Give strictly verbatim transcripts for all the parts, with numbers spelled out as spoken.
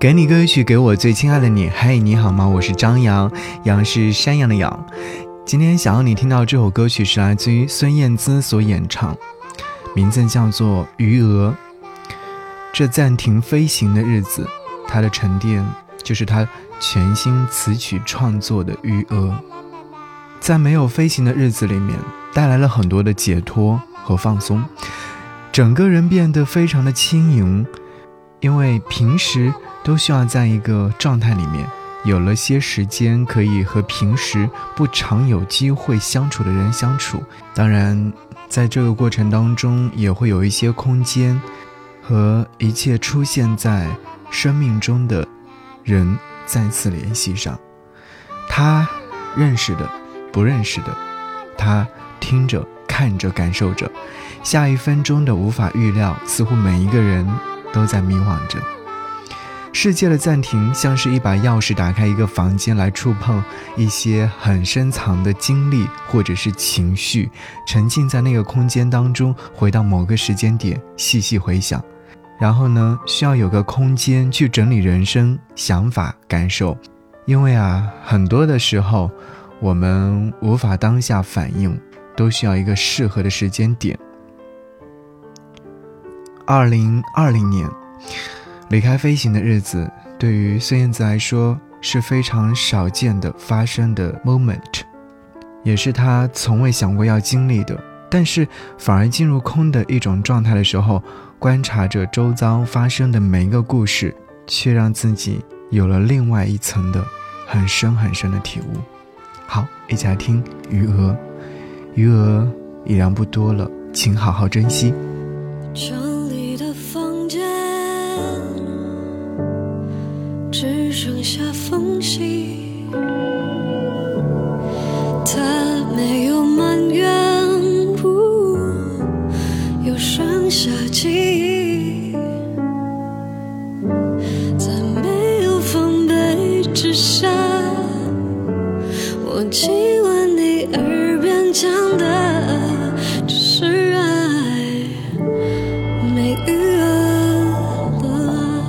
给你歌曲，给我最亲爱的你。嘿，你好吗？我是张扬，杨是山羊的羊。今天想要你听到这首歌曲是来自于孙燕姿所演唱，名字叫做《余额》。这暂停飞行的日子，它的沉淀就是他全新词曲创作的余额。在没有飞行的日子里面，带来了很多的解脱和放松，整个人变得非常的轻盈，因为平时都需要在一个状态里面，有了些时间可以和平时不常有机会相处的人相处。当然在这个过程当中也会有一些空间和一切出现在生命中的人再次联系上，他认识的不认识的，他听着看着感受着，下一分钟的无法预料，似乎每一个人都在迷惘着。世界的暂停像是一把钥匙，打开一个房间来触碰一些很深藏的经历或者是情绪，沉浸在那个空间当中，回到某个时间点细细回想。然后呢，需要有个空间去整理人生想法感受，因为啊，很多的时候我们无法当下反应，都需要一个适合的时间点。二零二零年离开飞行的日子，对于孙燕姿来说是非常少见的发生的 moment， 也是她从未想过要经历的，但是反而进入空的一种状态的时候，观察着周遭发生的每一个故事，却让自己有了另外一层的很深很深的体悟。好，一起来听余额。余额已然不多了，请好好珍惜。 这里的房间只剩下缝隙，它没有埋怨，不，又剩下记忆，在没有防备之下，我亲吻你耳边讲的只是爱，没余额了。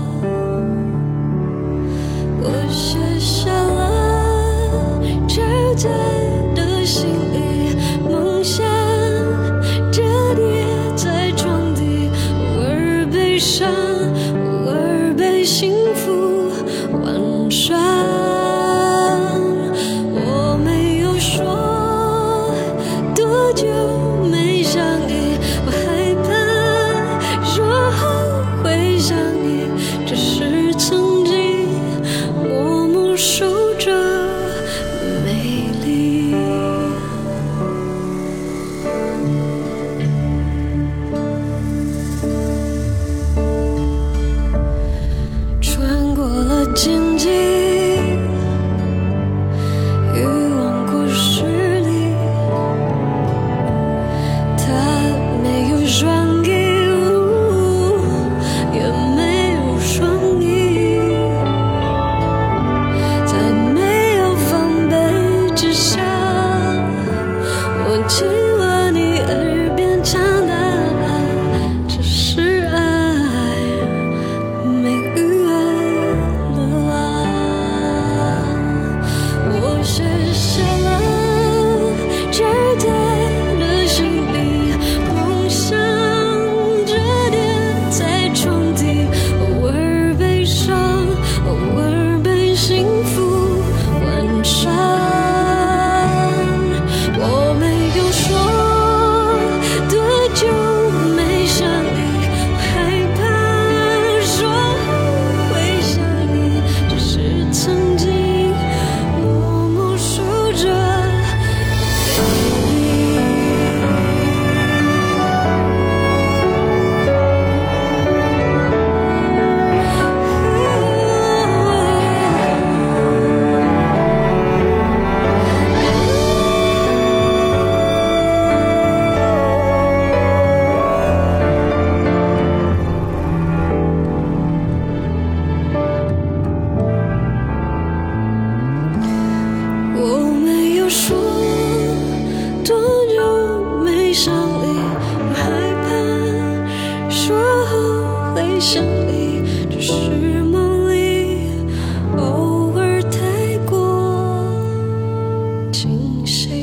我写下了这在的心里，梦想折叠在床底，偶尔悲伤，偶尔被幸福玩耍。我没有说多久没想你，我害怕说后会想你，只是曾经默默守着美丽。穿过了荆棘，欲望故事里，它没有双翼，也没有双翼，在没有防备之下，我亲吻你耳边讲的只是爱，没余额了。 清醒。